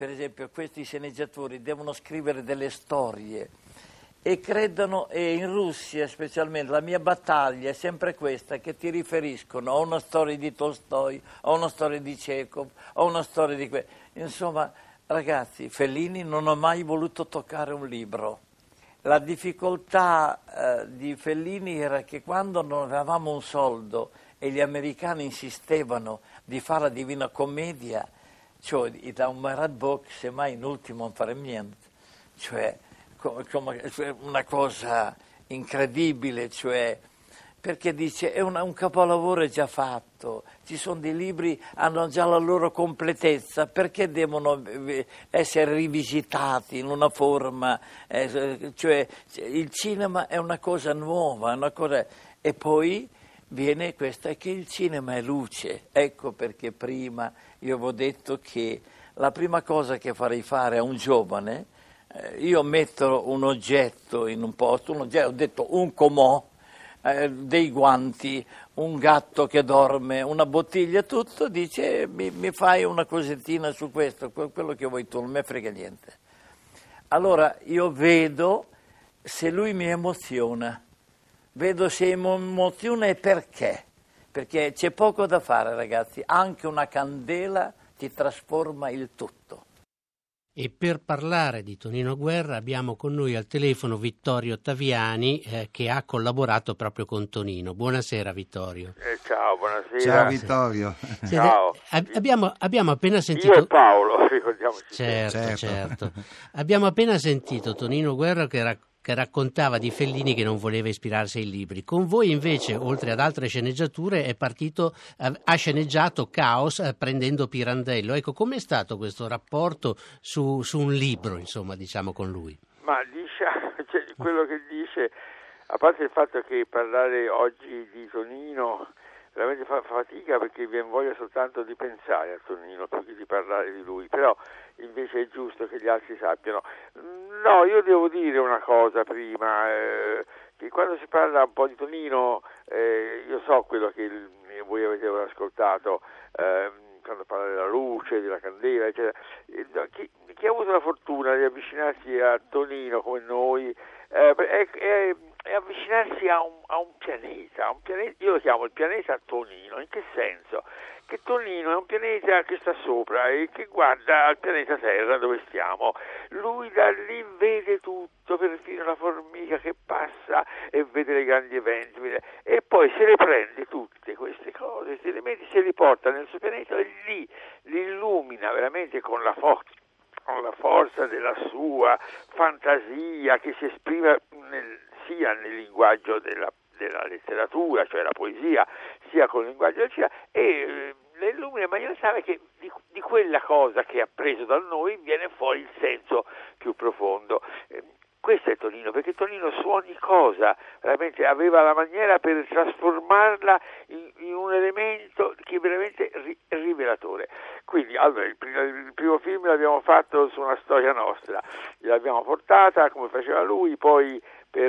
per esempio, questi sceneggiatori devono scrivere delle storie e credono, e in Russia specialmente, la mia battaglia è sempre questa, che ti riferiscono a una storia di Tolstoi, a una storia di Chekhov, a una storia di insomma, ragazzi, Fellini non ha mai voluto toccare un libro. La difficoltà di Fellini era che quando non avevamo un soldo e gli americani insistevano di fare la Divina Commedia, cioè da un Marat Bock, semmai in ultimo non fare niente, cioè una cosa incredibile, cioè, perché dice è un capolavoro già fatto, ci sono dei libri, hanno già la loro completezza, perché devono essere rivisitati in una forma, cioè il cinema è una cosa nuova, e poi viene questa, è che il cinema è luce, ecco perché prima io avevo detto che la prima cosa che farei fare a un giovane, io metto un oggetto in un posto, ho detto un comò, dei guanti, un gatto che dorme, una bottiglia, tutto, dice mi fai una cosettina su questo, quello che vuoi tu, non mi frega niente. Allora io vedo se lui mi emoziona, vedo se mi emoziona e perché c'è poco da fare, ragazzi, anche una candela ti trasforma il tutto. E per parlare di Tonino Guerra abbiamo con noi al telefono Vittorio Taviani che ha collaborato proprio con Tonino. Buonasera Vittorio. Ciao, buonasera. Ciao Vittorio. Ciao. Abbiamo appena sentito... Io e Paolo, ricordiamoci. Certo. Abbiamo appena sentito Tonino Guerra che raccontava di Fellini che non voleva ispirarsi ai libri. Con voi invece, oltre ad altre sceneggiature, è partito, ha sceneggiato Caos prendendo Pirandello. Ecco, com'è stato questo rapporto su un libro, insomma, diciamo, con lui? Ma quello che dice, a parte il fatto che parlare oggi di Tonino veramente fa fatica, perché viene voglia soltanto di pensare a Tonino più che di parlare di lui, però invece è giusto che gli altri sappiano. No, io devo dire una cosa prima, che quando si parla un po' di Tonino, io so quello che voi avete ascoltato, quando parla della luce, della candela, eccetera. Chi ha avuto la fortuna di avvicinarsi a Tonino come noi, è avvicinarsi a un pianeta, io lo chiamo il pianeta Tonino. In che senso? Che Tonino è un pianeta che sta sopra e che guarda al pianeta Terra dove stiamo. Lui da lì vede tutto, perfino la formica che passa e vede i grandi eventi, e poi se le prende tutte queste cose, se le mette, se li porta nel suo pianeta e lì li illumina veramente con la forza della sua fantasia, che si esprime sia nel linguaggio della letteratura, cioè la poesia, sia con il linguaggio del cinema, e le illumina in maniera tale che di quella cosa che ha preso da noi viene fuori il senso più profondo. Questo è Tonino, perché Tonino su ogni cosa veramente aveva la maniera per trasformarla in un elemento che è veramente rivelatore. Quindi allora, il primo film l'abbiamo fatto su una storia nostra, l'abbiamo portata come faceva lui, poi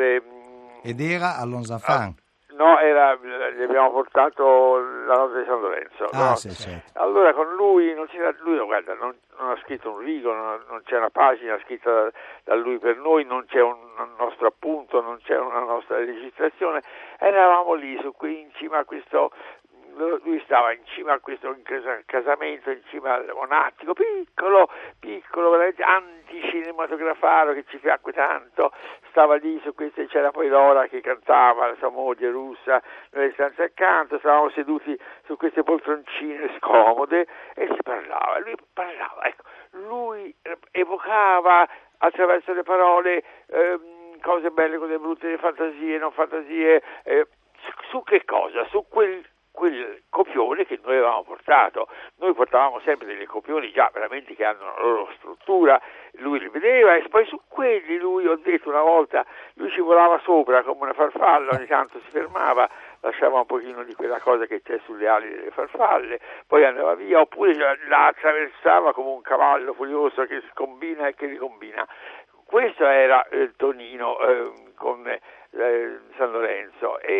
ed era a Lonzafan. No, gli abbiamo portato La notte di San Lorenzo. Ah, no? sì, certo. Allora con lui non ha scritto un rigo, non c'è una pagina scritta da lui per noi, non c'è un nostro appunto, non c'è una nostra registrazione. Eravamo lì in cima a questo, lui stava in cima a questo casamento, in cima al monatico, piccolo, veramente anticinematografaro, che ci piacque tanto. Stava lì su questo, c'era poi Lora che cantava, la sua moglie russa, nelle stanze accanto, stavamo seduti su queste poltroncine scomode e si parlava, lui evocava attraverso le parole cose belle, cose brutte, fantasie, non fantasie, su che cosa? Su quel copione che noi avevamo portato. Noi portavamo sempre delle copioni già veramente che hanno la loro struttura, lui li vedeva e poi su quelli lui, ho detto una volta, lui ci volava sopra come una farfalla, ogni tanto si fermava, lasciava un pochino di quella cosa che c'è sulle ali delle farfalle, poi andava via, oppure la attraversava come un cavallo furioso che scombina e che ricombina. Questo era Tonino con San Lorenzo, e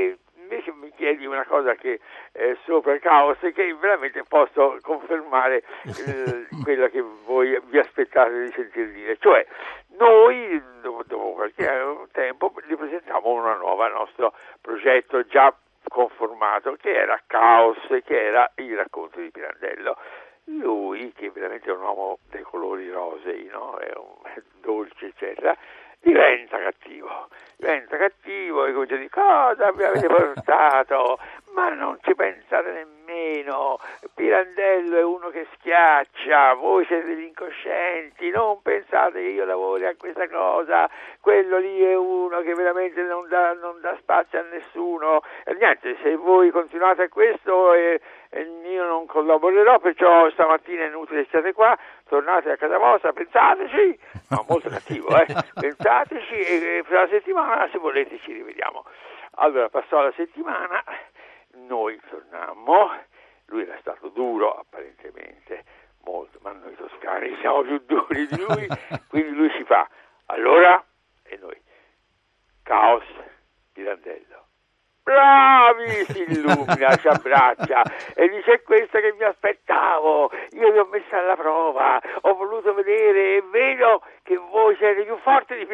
invece mi chiedi una cosa che è sopra il caos e che veramente posso confermare quello che voi vi aspettate di sentir dire, cioè noi dopo qualche tempo ripresentiamo un nostro progetto già conformato, che era Caos, che era il racconto di Pirandello. Lui, che veramente è un uomo dai colori rosei, no? È dolce, eccetera, diventa cattivo e comincia a dire: cosa mi avete portato? Ma non ci pensate nemmeno, Pirandello è uno che schiaccia, voi siete degli incoscienti, non pensate che io lavori a questa cosa, quello lì è uno che veramente non dà spazio a nessuno, e niente, se voi continuate a questo io non collaborerò, perciò stamattina è inutile che siate qua, tornate a casa vostra, pensateci, no, molto cattivo, pensateci, e fra la settimana, se volete, ci rivediamo. Allora, passò la settimana, noi tornammo, lui era stato duro apparentemente, molto, ma noi toscani siamo più duri di lui, quindi lui si fa: allora, e noi, Caos, Pirandello. Bravi, si illumina, ci abbraccia e dice: è questa che mi aspettavo, io vi ho messa alla prova, ho voluto vedere e vedo che voi siete più forti di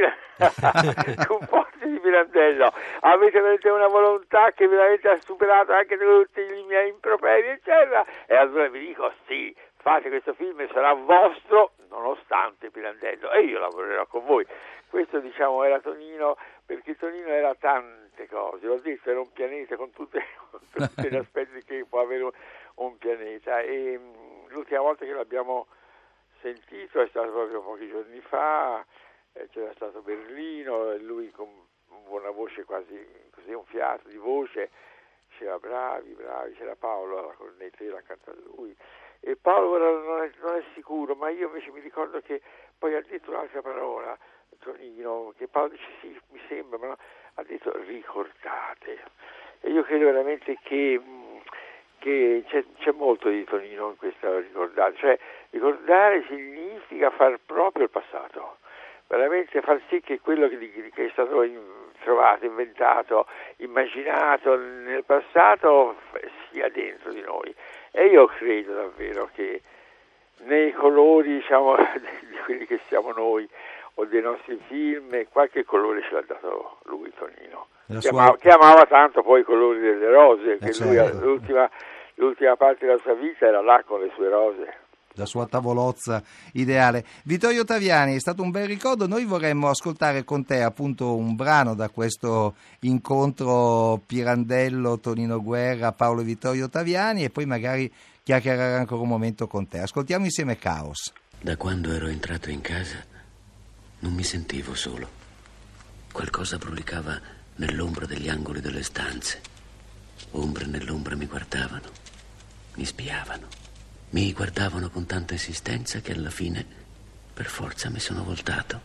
Pirandello, avete veramente una volontà che veramente ha superato anche tutti i miei improperi, eccetera, e allora vi dico: sì, fate questo film e sarà vostro nonostante Pirandello, e io lavorerò con voi. Questo, diciamo, era Tonino, perché Tonino era tante cose, l'ho detto, era un pianeta con tutti gli aspetti che può avere un pianeta, e l'ultima volta che l'abbiamo sentito è stato proprio pochi giorni fa, c'era stato Berlino, e lui con una voce quasi così, un fiato di voce, diceva: bravi, c'era Paolo alla cornetta accanto a lui, e Paolo ora non è sicuro, ma io invece mi ricordo che poi ha detto un'altra parola, Tonino, che Paolo dice: sì, mi sembra, ma no, ha detto: ricordate. E io credo veramente che c'è molto di Tonino in questa ricordare, cioè ricordare significa far proprio il passato, veramente far sì che quello che è stato trovato, inventato, immaginato nel passato sia dentro di noi. E io credo davvero che nei colori, diciamo, di quelli che siamo noi o dei nostri film, qualche colore ce l'ha dato lui, Tonino, che amava tanto poi i colori delle rose, che certo. Lui l'ultima parte della sua vita era là con le sue rose. La sua tavolozza ideale. Vittorio Taviani, è stato un bel ricordo. Noi vorremmo ascoltare con te appunto un brano da questo incontro Pirandello, Tonino Guerra, Paolo e Vittorio Taviani, e poi magari chiacchierare ancora un momento con te. Ascoltiamo insieme Caos. Da quando ero entrato in casa non mi sentivo solo. Qualcosa brulicava nell'ombra degli angoli delle stanze. Ombre nell'ombra mi guardavano, mi spiavano. Mi guardavano con tanta insistenza che alla fine, per forza, mi sono voltato.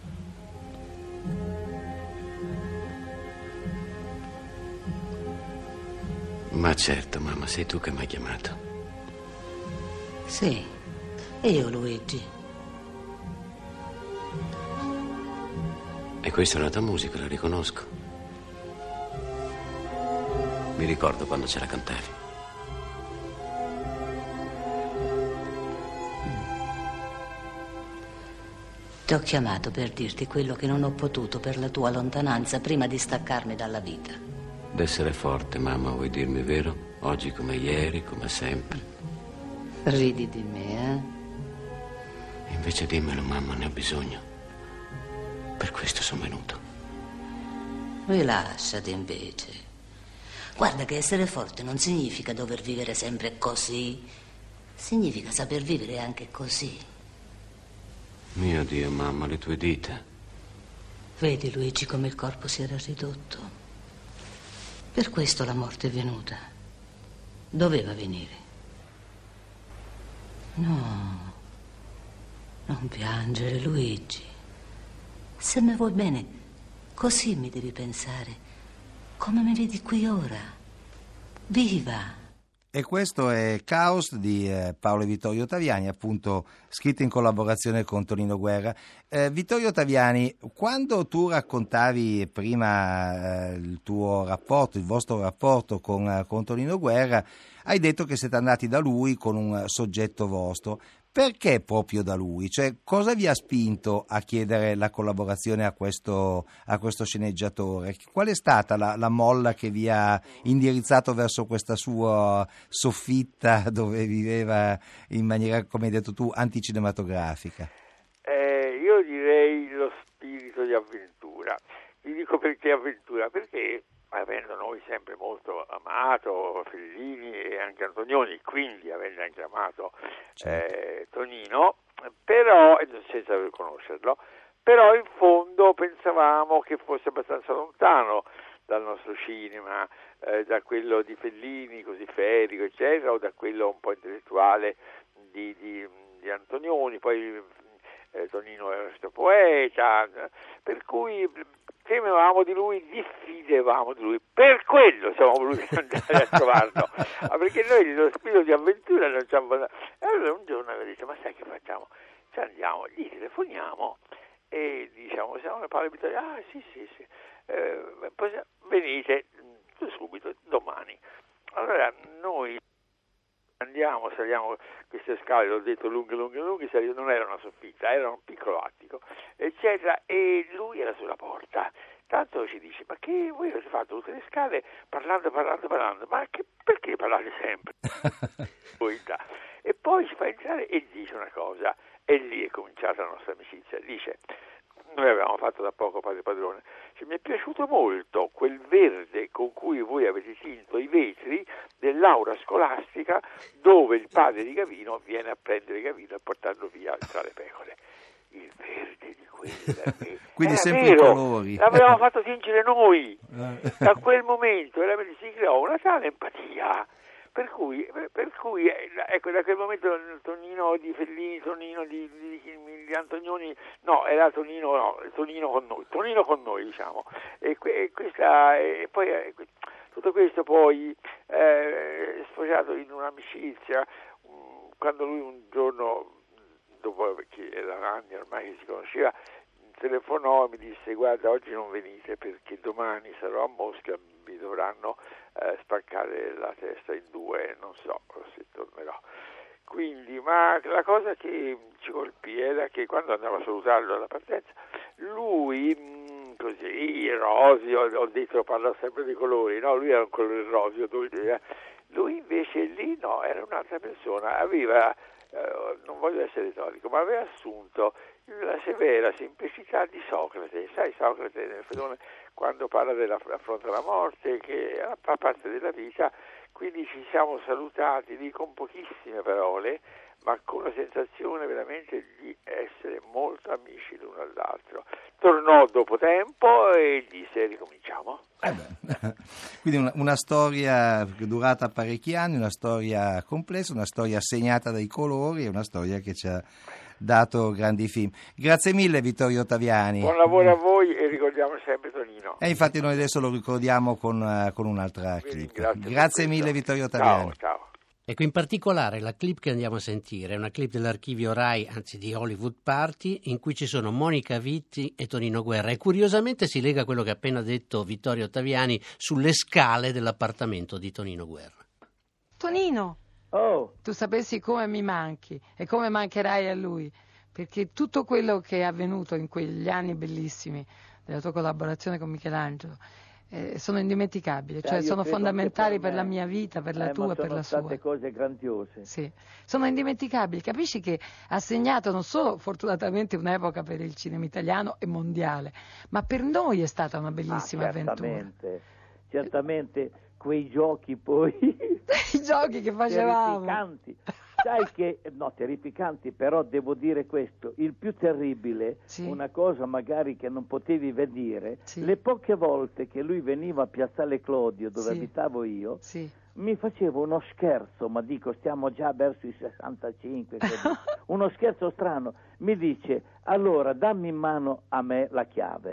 Ma certo, mamma, sei tu che mi hai chiamato. Sì, io, Luigi. E questa è la tua musica, la riconosco. Mi ricordo quando ce la cantavi. Ti ho chiamato per dirti quello che non ho potuto per la tua lontananza prima di staccarmi dalla vita. D'essere forte, mamma, vuoi dirmi vero? Oggi come ieri, come sempre. Ridi di me, E invece dimmelo, mamma, ne ho bisogno. Per questo sono venuto. Rilassati invece. Guarda che essere forte non significa dover vivere sempre così. Significa saper vivere anche così. Mio Dio, mamma, le tue dita. Vedi, Luigi, come il corpo si era ridotto. Per questo la morte è venuta. Doveva venire. No, non piangere, Luigi. Se mi vuoi bene, così mi devi pensare, come mi vedi qui ora, viva. E questo è Caos di Paolo e Vittorio Taviani, appunto scritto in collaborazione con Tonino Guerra. Vittorio Taviani, quando tu raccontavi prima il vostro rapporto con Tonino Guerra, hai detto che siete andati da lui con un soggetto vostro. Perché proprio da lui? Cioè, cosa vi ha spinto a chiedere la collaborazione a questo sceneggiatore? Qual è stata la molla che vi ha indirizzato verso questa sua soffitta dove viveva in maniera, come hai detto tu, anticinematografica? Io direi lo spirito di avventura. Vi dico perché avventura, perché avendo noi sempre molto amato Fellini e anche Antonioni, quindi avendo anche amato Tonino, però, senza conoscerlo, però in fondo pensavamo che fosse abbastanza lontano dal nostro cinema, da quello di Fellini così ferico eccetera, o da quello un po' intellettuale di Antonioni. Poi Tonino era questo poeta, per cui temevamo di lui, diffidevamo di lui, per quello siamo voluti andare a trovarlo, perché noi nello spirito di avventura non ci avevamo. Allora un giorno aveva detto: ma sai che facciamo? Ci andiamo, gli telefoniamo e diciamo: siamo a Paolo e Vittorio. Ah sì, venite subito, domani. Allora noi andiamo, saliamo queste scale, l'ho detto, lunghe, non era una soffitta, era un piccolo attico, eccetera, e lui era sulla porta. Tanto ci dice: ma che voi avete fatto tutte le scale parlando, ma perché parlate sempre? E poi ci fa entrare e dice una cosa, e lì è cominciata la nostra amicizia. Dice: noi avevamo fatto da poco Padre Padrone, mi è piaciuto molto quel verde con cui voi avete tinto i vetri dell'aula scolastica dove il padre di Gavino viene a prendere Gavino e portarlo via tra le pecore. Il verde di quella quindi era sempre vero, i colori l'avevamo fatto tingere noi. Da quel momento si creò una tale empatia per cui ecco, da quel momento Tonino di Fellini, Tonino di Antonioni, era Tonino con noi diciamo, e poi tutto questo poi è sfociato in un'amicizia. Quando lui un giorno, dopo che era anni ormai che si conosceva, telefonò e mi disse: guarda, oggi non venite perché domani sarò a Mosca, mi dovranno spaccare la testa in due, non so se tornerò. Quindi, ma la cosa che ci colpì era che quando andavo a salutarlo alla partenza, lui così roseo, ho detto, parla sempre di colori, no? Lui era un colore roseo, lui invece lì no, era un'altra persona, aveva non voglio essere retorico, ma aveva assunto la severa semplicità di Socrate. Sai, Socrate nel Fedone, quando parla dell'affronto alla morte, che fa parte della vita, quindi ci siamo salutati lì con pochissime parole, ma con la sensazione veramente di essere molto amici l'uno all'altro. Tornò dopo tempo e disse: ricominciamo. Quindi una storia durata parecchi anni, una storia complessa, una storia segnata dai colori e una storia che ci ha dato grandi film. Grazie mille Vittorio Taviani. Buon lavoro a voi e ricordiamo sempre Tonino. E infatti noi adesso lo ricordiamo con un'altra clip. Grazie mille Vittorio Taviani. Ciao. Ecco, in particolare la clip che andiamo a sentire è una clip dell'archivio Rai, anzi di Hollywood Party, in cui ci sono Monica Vitti e Tonino Guerra, e curiosamente si lega a quello che ha appena detto Vittorio Taviani sulle scale dell'appartamento di Tonino Guerra. Tonino, tu sapessi come mi manchi e come mancherai a lui, perché tutto quello che è avvenuto in quegli anni bellissimi della tua collaborazione con Michelangelo sono indimenticabili, cioè sono fondamentali per la mia vita, per la tua e per la sua. Sono state cose grandiose. Sì, sono indimenticabili. Capisci che ha segnato non solo fortunatamente un'epoca per il cinema italiano e mondiale, ma per noi è stata una bellissima avventura. Certamente quei giochi poi i giochi che facevamo terrificanti. Sai che terrificanti, però devo dire questo, il più terribile, una cosa magari che non potevi vedere, le poche volte che lui veniva a Piazzale Clodio dove abitavo io, mi faceva uno scherzo, ma dico stiamo già verso i 65, uno scherzo strano, mi dice: allora dammi in mano a me la chiave,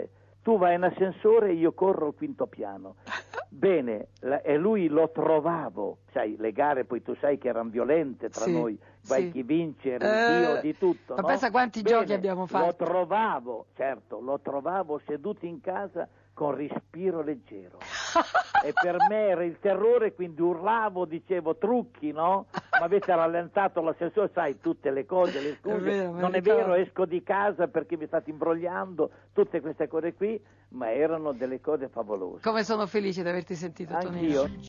tu vai in ascensore e io corro al quinto piano. Bene, e lui lo trovavo, sai, le gare poi tu sai che erano violente tra noi, vai chi vince, il dio di tutto, ma no? pensa quanti giochi abbiamo fatto. Lo trovavo seduto in casa con respiro leggero e per me era il terrore, quindi urlavo, dicevo trucchi, no? Ma avete rallentato l'ascensore, sai, tutte le cose, le scuse, non è vero, esco di casa perché mi state imbrogliando, tutte queste cose qui, ma erano delle cose favolose. Come sono felice di averti sentito, Tonino. Anch'io.